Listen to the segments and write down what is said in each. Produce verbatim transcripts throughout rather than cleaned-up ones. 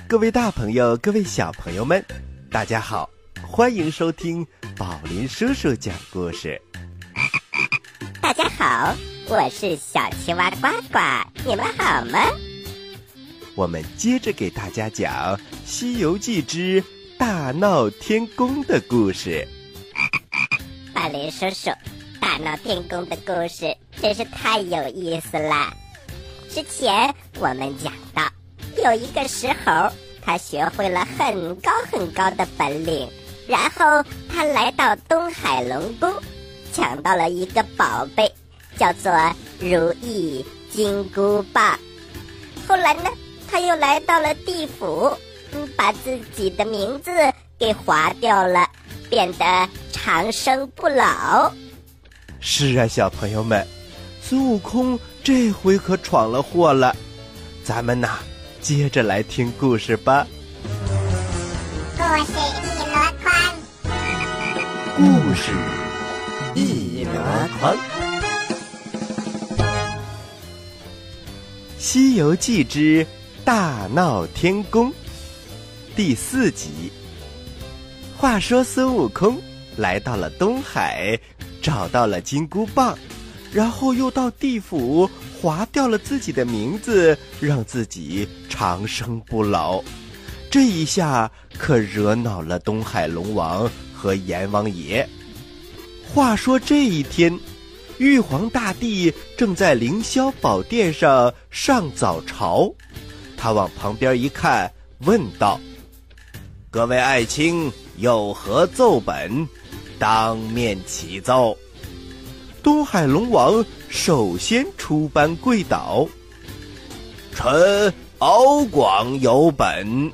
各位大朋友，各位小朋友们，大家好，欢迎收听宝林叔叔讲故事。 大家好，我是小青蛙呱呱，你们好吗？ 我们接着给大家讲《西游记之大闹天宫》的故事。 宝林叔叔，大闹天宫的故事真是太有意思了。之前我们讲到，有一个石猴，他学会了很高很高的本领，然后他来到东海龙宫，抢到了一个宝贝，叫做如意金箍棒。后来呢，他又来到了地府，嗯，把自己的名字给划掉了，变得长生不老。 是啊，小朋友们，孙悟空这回可闯了祸了。咱们呐，接着来听故事吧。 故事一箩筐， 故事一箩筐。《西游记之大闹天宫》第四集。话说孙悟空来到了东海，找到了金箍棒，然后又到地府划掉了自己的名字，让自己长生不老。这一下可惹恼了东海龙王和阎王爷。话说这一天，玉皇大帝正在凌霄宝殿上上早朝，他往旁边一看，问道：各位爱卿有何奏本？当面启奏。东海龙王首先出班跪倒：臣敖广有本。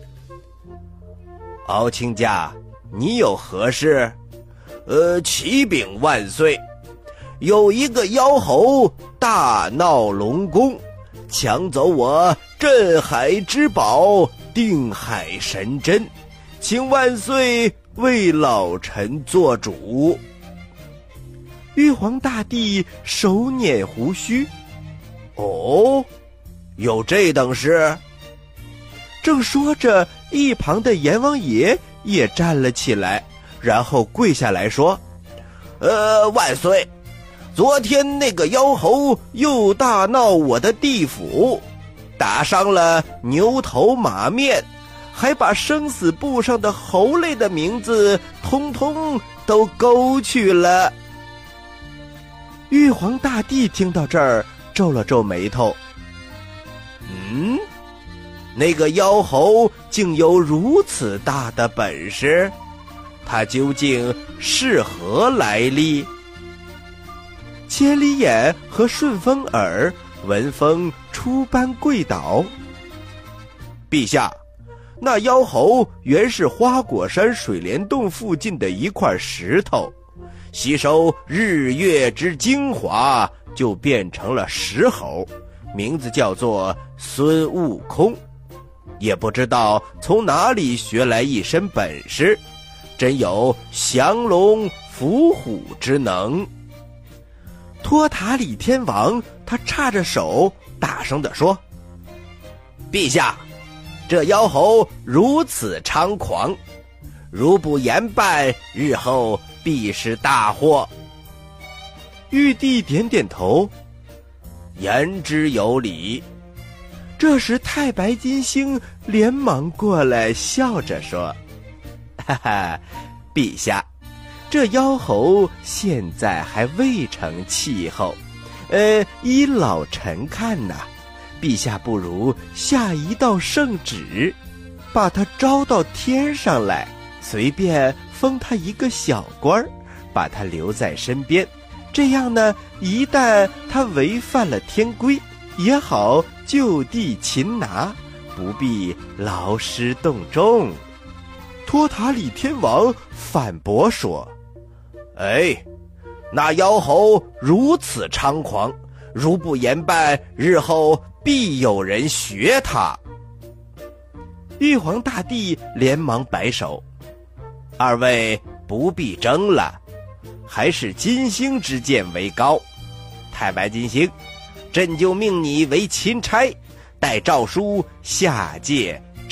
敖卿家，你有何事？呃，启禀万岁，有一个妖猴大闹龙宫，抢走我镇海之宝定海神针，请万岁为老臣做主。玉皇大帝手捻胡须：哦，有这等事？正说着，一旁的阎王爷也站了起来，然后跪下来说：呃，万岁，昨天那个妖猴又大闹我的地府，打伤了牛头马面，还把生死簿上的猴类的名字通通都勾去了。玉皇大帝听到这儿，皱了皱眉头。嗯，那个妖猴竟有如此大的本事，他究竟是何来历？千里眼和顺风耳闻风出班跪倒：陛下，那妖猴原是花果山水帘洞附近的一块石头，吸收日月之精华，就变成了石猴，名字叫做孙悟空。也不知道从哪里学来一身本事，真有降龙伏虎之能。托塔李天王他叉着手大声地说：陛下，这妖猴如此猖狂，如不严办，日后必是大祸。玉帝点点头：言之有理。这时太白金星连忙过来，笑着说：哈哈，陛下，这妖猴现在还未成气候，呃，依老臣看呐，陛下不如下一道圣旨，把他招到天上来，随便封他一个小官，把他留在身边，这样呢，一旦他违反了天规，也好就地擒拿，不必劳师动众。托塔李天王反驳说：哎，那妖猴如此猖狂，如不严办，日后必有人学他。玉皇大帝连忙摆手：二位不必争了，还是金星之见为高。太白金星，朕就命你为钦差，带诏书下界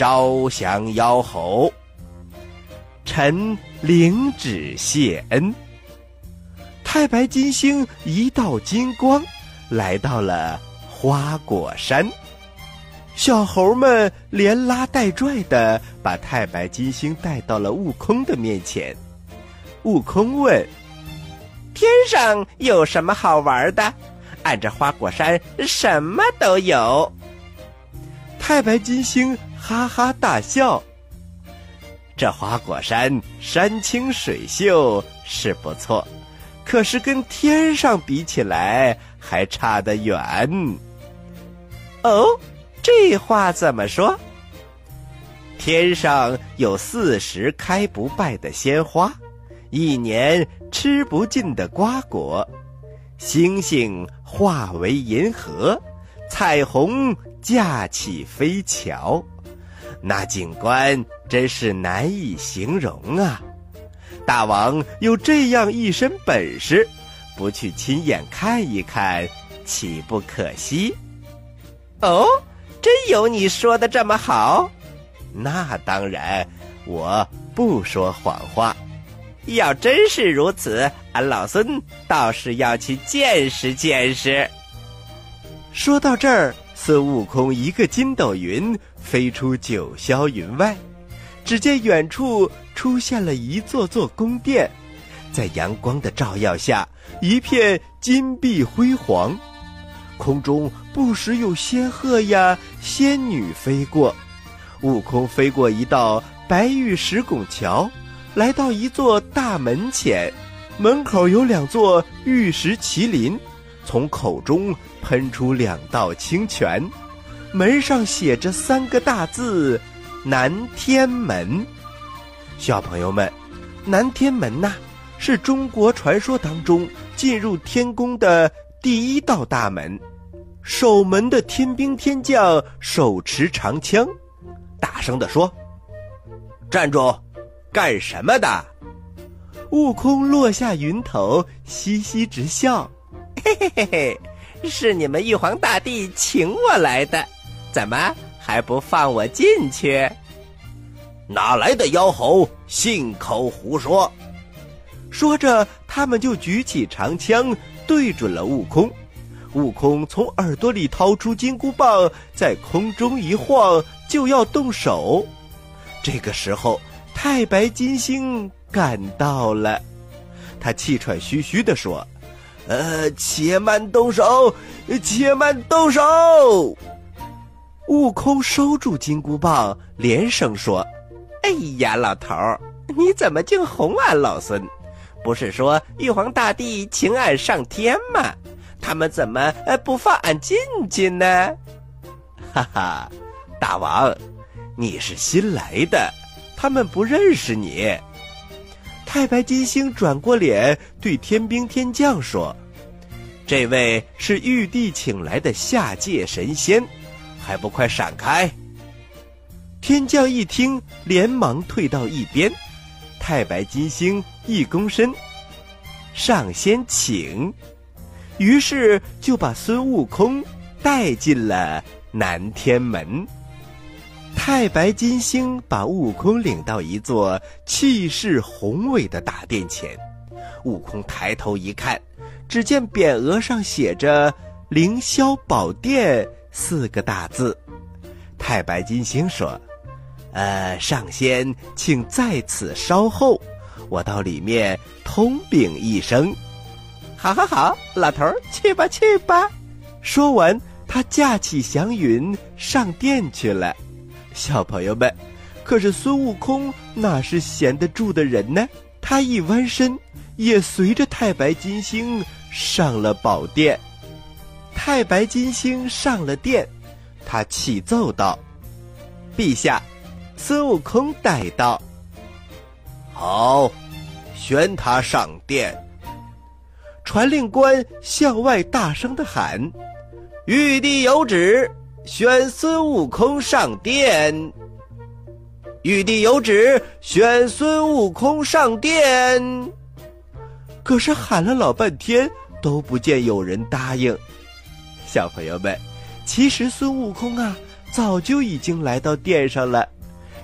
招降妖猴，臣领旨谢恩。太白金星一道金光，来到了花果山。小猴们连拉带拽的把太白金星带到了悟空的面前。悟空问：天上有什么好玩的？按着花果山什么都有。太白金星哈哈大笑，这花果山山清水秀是不错，可是跟天上比起来还差得远。哦，这话怎么说？天上有四时开不败的鲜花，一年吃不尽的瓜果，星星化为银河，彩虹架起飞桥，那景观真是难以形容啊！大王有这样一身本事，不去亲眼看一看，岂不可惜？哦，真有你说的这么好？那当然，我不说谎话。要真是如此，俺老孙倒是要去见识见识。说到这儿，孙悟空一个筋斗云飞出九霄云外，只见远处出现了一座座宫殿，在阳光的照耀下，一片金碧辉煌。空中不时有仙鹤呀、仙女飞过。悟空飞过一道白玉石拱桥，来到一座大门前，门口有两座玉石麒麟，从口中喷出两道清泉，门上写着三个大字：南天门。小朋友们，南天门呐、啊，是中国传说当中进入天宫的第一道大门。守门的天兵天将手持长枪，大声地说：站住，干什么的？悟空落下云头，嘻嘻直笑：嘿嘿嘿嘿，是你们玉皇大帝请我来的，怎么还不放我进去？哪来的妖猴，信口胡说！说着，他们就举起长枪，对准了悟空。悟空从耳朵里掏出金箍棒，在空中一晃，就要动手。这个时候，太白金星赶到了，他气喘吁吁地说：呃，且慢动手，且慢动手！悟空收住金箍棒，连声说：哎呀，老头儿，你怎么竟哄俺老孙？不是说玉皇大帝请俺上天吗？他们怎么不放俺进去呢？哈哈，大王，你是新来的，他们不认识你。太白金星转过脸对天兵天将说：这位是玉帝请来的下界神仙，还不快闪开！天将一听，连忙退到一边。太白金星一躬身：上仙请。于是就把孙悟空带进了南天门。太白金星把悟空领到一座气势宏伟的大殿前，悟空抬头一看，只见匾额上写着凌霄宝殿四个大字。太白金星说：呃，上仙请在此稍后，我到里面通禀一声。好好好，老头儿，去吧去吧。说完，他驾起祥云上殿去了。小朋友们，可是孙悟空哪是闲得住的人呢？他一弯身，也随着太白金星上了宝殿。太白金星上了殿，他启奏道：陛下，孙悟空带到。好，宣他上殿。传令官向外大声地喊：玉帝有旨，宣孙悟空上殿。玉帝有旨，宣孙悟空上殿。可是喊了老半天，都不见有人答应。小朋友们，其实孙悟空啊，早就已经来到殿上了。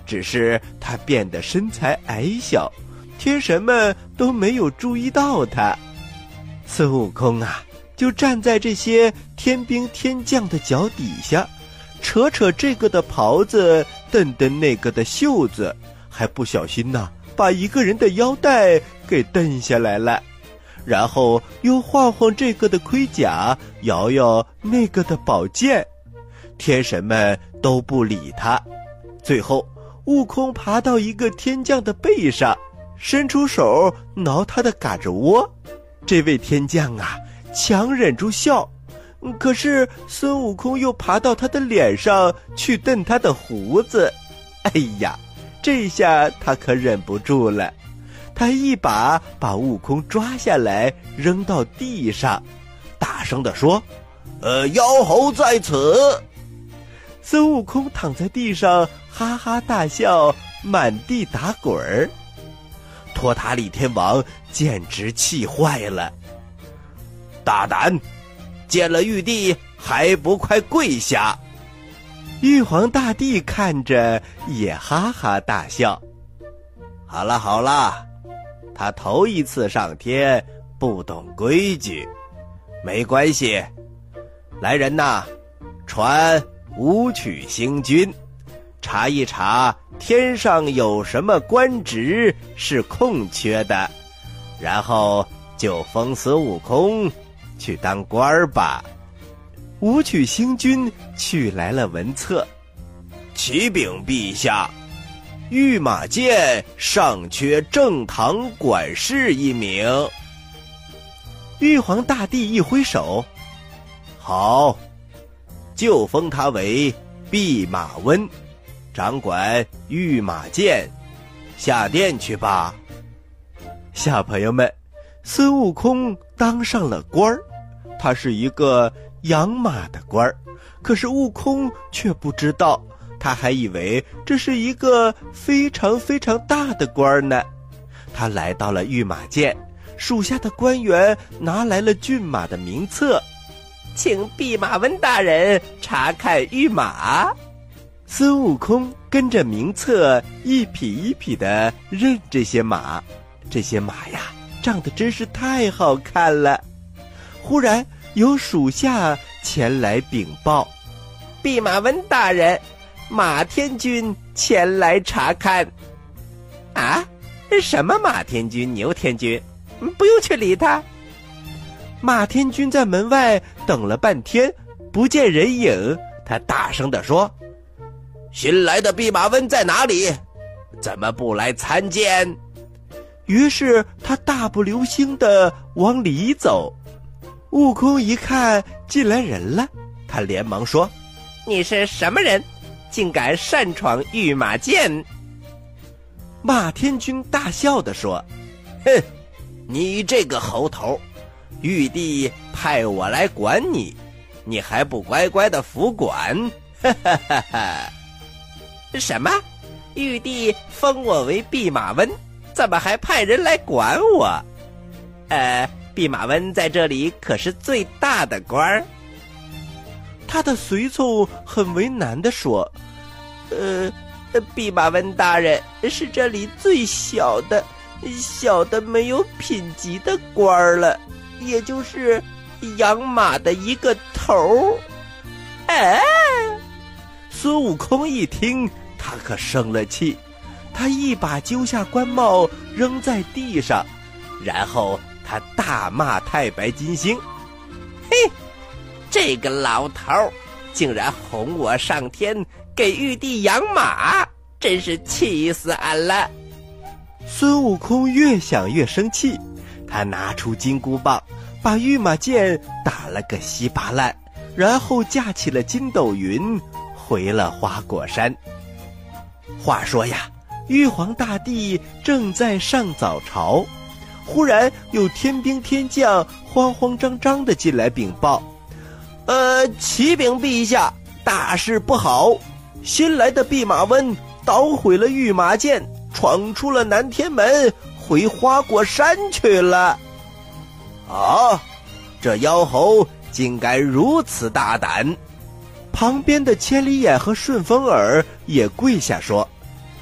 只是他变得身材矮小，天神们都没有注意到他。孙悟空啊，就站在这些天兵天将的脚底下，扯扯这个的袍子，蹬蹬那个的袖子，还不小心呐、啊，把一个人的腰带给蹬下来了。然后又晃晃这个的盔甲，摇摇那个的宝剑，天神们都不理他。最后，悟空爬到一个天将的背上，伸出手挠他的嘎吱窝。这位天将啊，强忍住笑，可是孙悟空又爬到他的脸上去蹬他的胡子。哎呀，这下他可忍不住了，他一把把悟空抓下来扔到地上，大声地说：呃，妖猴在此。孙悟空躺在地上哈哈大笑，满地打滚儿。托塔李天王简直气坏了，大胆，见了玉帝还不快跪下！玉皇大帝看着也哈哈大笑。好了好了，他头一次上天，不懂规矩，没关系。来人呐，传武曲星君，查一查天上有什么官职是空缺的，然后就封孙悟空去当官儿吧。武曲星君取来了文册，启禀陛下，御马监尚缺正堂管事一名。玉皇大帝一挥手，好，就封他为弼马温，掌管御马监，下殿去吧。小朋友们，孙悟空当上了官儿，他是一个养马的官儿，可是悟空却不知道，他还以为这是一个非常非常大的官儿呢。他来到了御马监，属下的官员拿来了骏马的名册，请弼马温大人查看御马。孙悟空跟着名册一匹一匹地认这些马，这些马呀，长得真是太好看了。忽然有属下前来禀报，弼马温大人，马天君前来查看。啊，什么马天君牛天君，不用去理他。马天君在门外等了半天，不见人影，他大声地说：新来的弼马温在哪里？怎么不来参见？于是他大步流星地往里走。悟空一看进来人了，他连忙说：你是什么人，竟敢擅闯御马监？马天君大笑地说：哼，你这个猴头，玉帝派我来管你，你还不乖乖的服管？哈哈哈哈！什么？玉帝封我为弼马温，怎么还派人来管我？呃，弼马温在这里可是最大的官儿。他的随从很为难地说：呃，弼马温大人是这里最小的，小的没有品级的官儿了，也就是养马的一个头。哎，孙悟空一听，他可生了气，他一把揪下官帽扔在地上，然后他大骂太白金星：嘿，这个老头竟然哄我上天给玉帝养马，真是气死俺了。孙悟空越想越生气，他拿出金箍棒，把御马监打了个稀巴烂，然后架起了筋斗云，回了花果山。话说呀，玉皇大帝正在上早朝，忽然有天兵天将慌慌张张地进来禀报：呃，启禀陛下，大事不好，新来的弼马温捣毁了御马监，闯出了南天门，回花果山去了。啊，这妖猴竟敢如此大胆！旁边的千里眼和顺风耳也跪下说：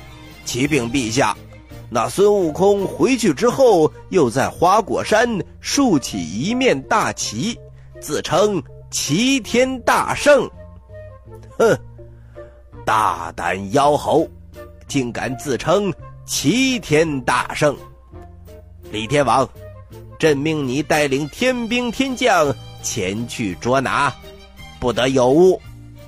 启禀陛下，那孙悟空回去之后，又在花果山竖起一面大旗，自称齐天大圣。哼，大胆妖猴，竟敢自称齐天大圣！李天王，朕命你带领天兵天将前去捉拿，不得有误。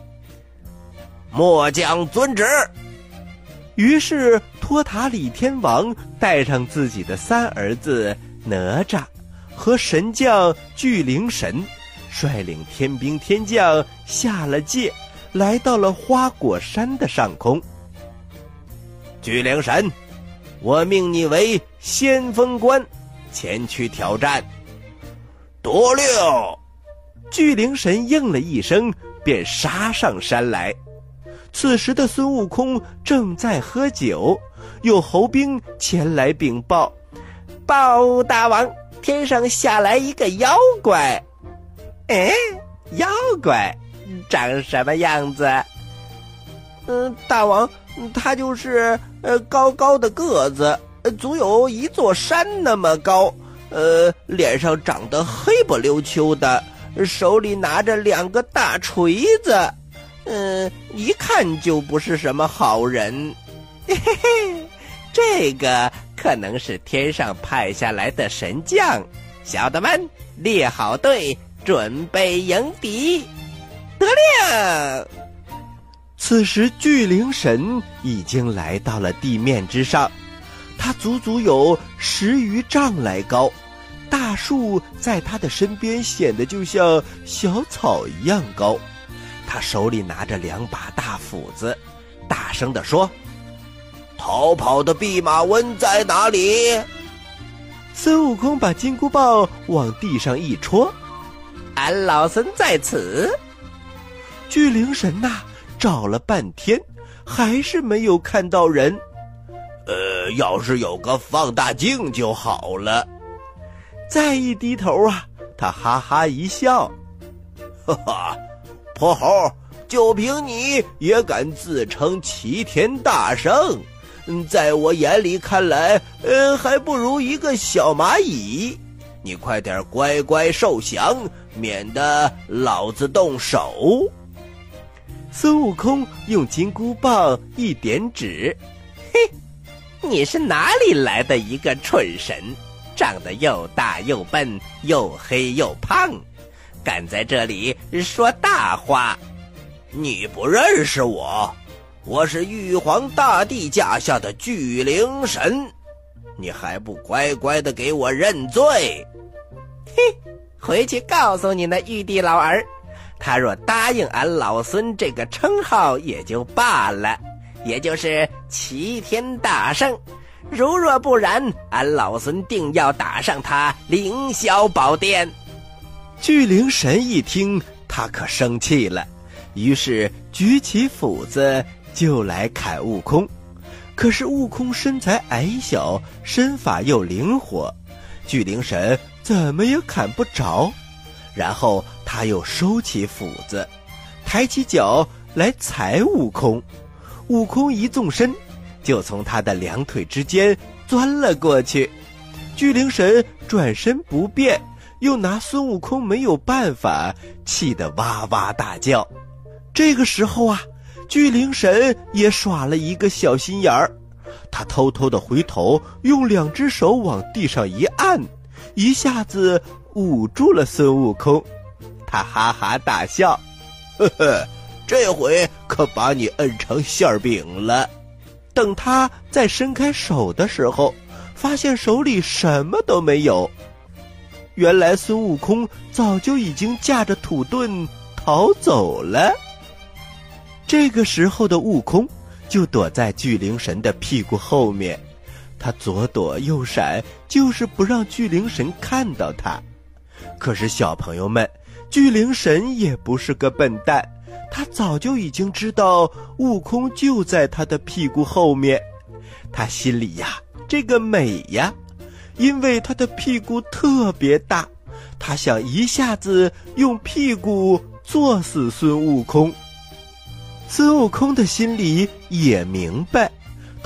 末将遵旨。于是托塔李天王带上自己的三儿子哪吒和神将巨灵神，率领天兵天将下了界，来到了花果山的上空。巨灵神，我命你为先锋官，前去挑战。得令。巨灵神应了一声，便杀上山来。此时的孙悟空正在喝酒，有猴兵前来禀报：报大王，天上下来一个妖怪。哎，妖怪长什么样子？嗯，大王，他就是呃高高的个子，足有一座山那么高，呃，脸上长得黑不溜秋的，手里拿着两个大锤子。嗯，一看就不是什么好人。嘿嘿嘿，这个可能是天上派下来的神将。小的们，列好队，准备迎敌。得令。此时巨灵神已经来到了地面之上，他足足有十余丈来高，大树在他的身边显得就像小草一样高。他手里拿着两把大斧子，大声地说：逃跑的弼马温在哪里？孙悟空把金箍棒往地上一戳：俺老孙在此。巨灵神呐、啊，找了半天还是没有看到人。呃，要是有个放大镜就好了。再一低头啊，他哈哈一笑：哈哈，泼猴，就凭你也敢自称齐天大圣？在我眼里看来，呃，还不如一个小蚂蚁。你快点乖乖受降，免得老子动手。孙悟空用金箍棒一点指：嘿，你是哪里来的一个蠢神？长得又大又笨，又黑又胖，敢在这里说大话？你不认识我，我是玉皇大帝驾下的巨灵神，你还不乖乖的给我认罪？嘿，回去告诉你那玉帝老儿，他若答应俺老孙这个称号也就罢了，也就是齐天大圣，如若不然，俺老孙定要打上他凌霄宝殿。巨灵神一听，他可生气了，于是举起斧子就来砍悟空。可是悟空身材矮小，身法又灵活，巨灵神怎么也砍不着。然后他又收起斧子，抬起脚来踩悟空。悟空一纵身，就从他的两腿之间钻了过去。巨灵神转身不变，又拿孙悟空没有办法，气得哇哇大叫。这个时候啊，巨灵神也耍了一个小心眼儿，他偷偷地回头，用两只手往地上一按，一下子捂住了孙悟空。他哈哈大笑：呵呵，这回可把你摁成馅饼了。等他再伸开手的时候，发现手里什么都没有。原来孙悟空早就已经驾着土遁逃走了。这个时候的悟空就躲在巨灵神的屁股后面，他左躲右闪，就是不让巨灵神看到他。可是小朋友们，巨灵神也不是个笨蛋，他早就已经知道悟空就在他的屁股后面。他心里呀，这个美呀，因为他的屁股特别大，他想一下子用屁股坐死孙悟空。孙悟空的心里也明白，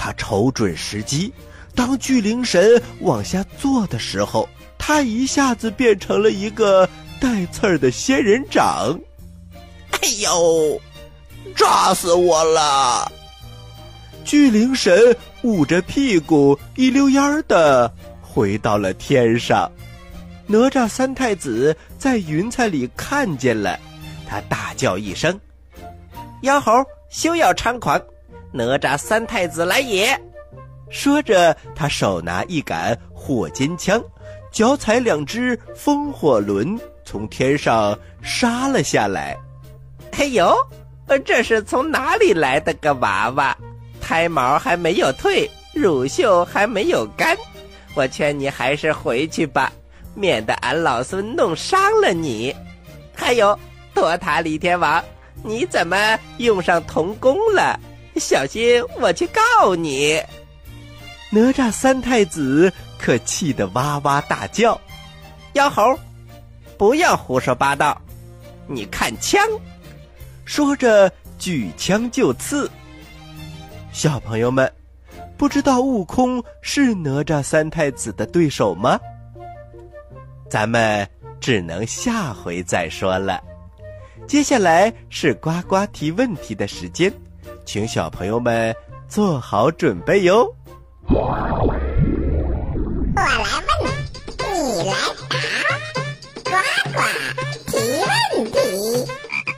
他瞅准时机，当巨灵神往下坐的时候，他一下子变成了一个带刺儿的仙人掌。哎呦，抓死我了！巨灵神捂着屁股一溜烟儿的回到了天上。哪吒三太子在云彩里看见了，他大叫一声：妖猴休要猖狂，哪吒三太子来也！说着，他手拿一杆火尖枪，脚踩两只风火轮，从天上杀了下来。哎呦，这是从哪里来的个娃娃？胎毛还没有退，乳臭还没有干，我劝你还是回去吧，免得俺老孙弄伤了你。还有，托塔李天王，你怎么用上童工了？小心我去告你！哪吒三太子可气得哇哇大叫：妖猴，不要胡说八道，你看枪！说着举枪就刺。小朋友们，不知道悟空是哪吒三太子的对手吗？咱们只能下回再说了。接下来是呱呱提问题的时间，请小朋友们做好准备哟。 我来问，你来答，呱呱提问题。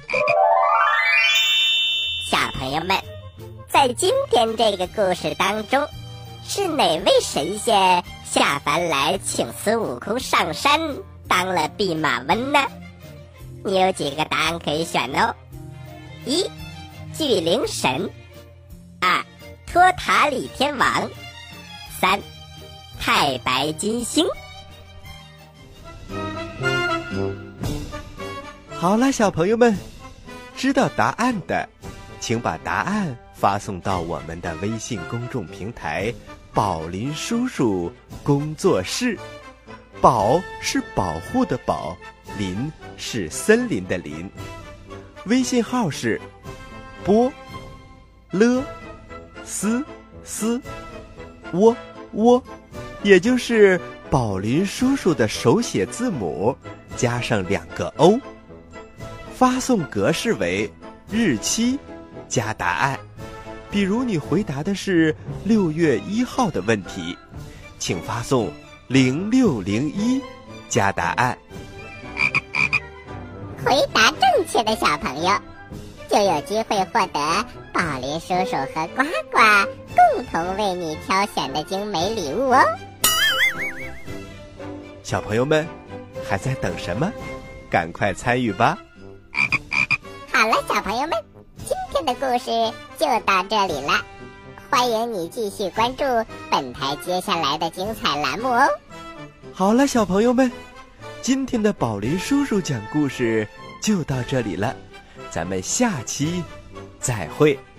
小朋友们，在今天这个故事当中，是哪位神仙下凡来请孙悟空上山当了弼马温呢？你有几个答案可以选哦。一，巨灵神；二，托塔李天王；三，太白金星。 好了，小朋友们，知道答案的，请把答案发送到我们的微信公众平台宝林叔叔工作室。宝是保护的宝，林是森林的林。微信号是波了斯斯窝窝，也就是宝林叔叔的手写字母加上两个 O。 发送格式为日期加答案，比如你回答的是六月一号的问题，请发送零六零一加答案。 回答正确的小朋友就有机会获得宝林叔叔和呱呱共同为你挑选的精美礼物哦。 小朋友们还在等什么？赶快参与吧！ 好了，小朋友们，今天的故事就到这里了，欢迎你继续关注本台接下来的精彩栏目哦。 好了，小朋友们，今天的宝林叔叔讲故事就到这里了，咱们下期再会。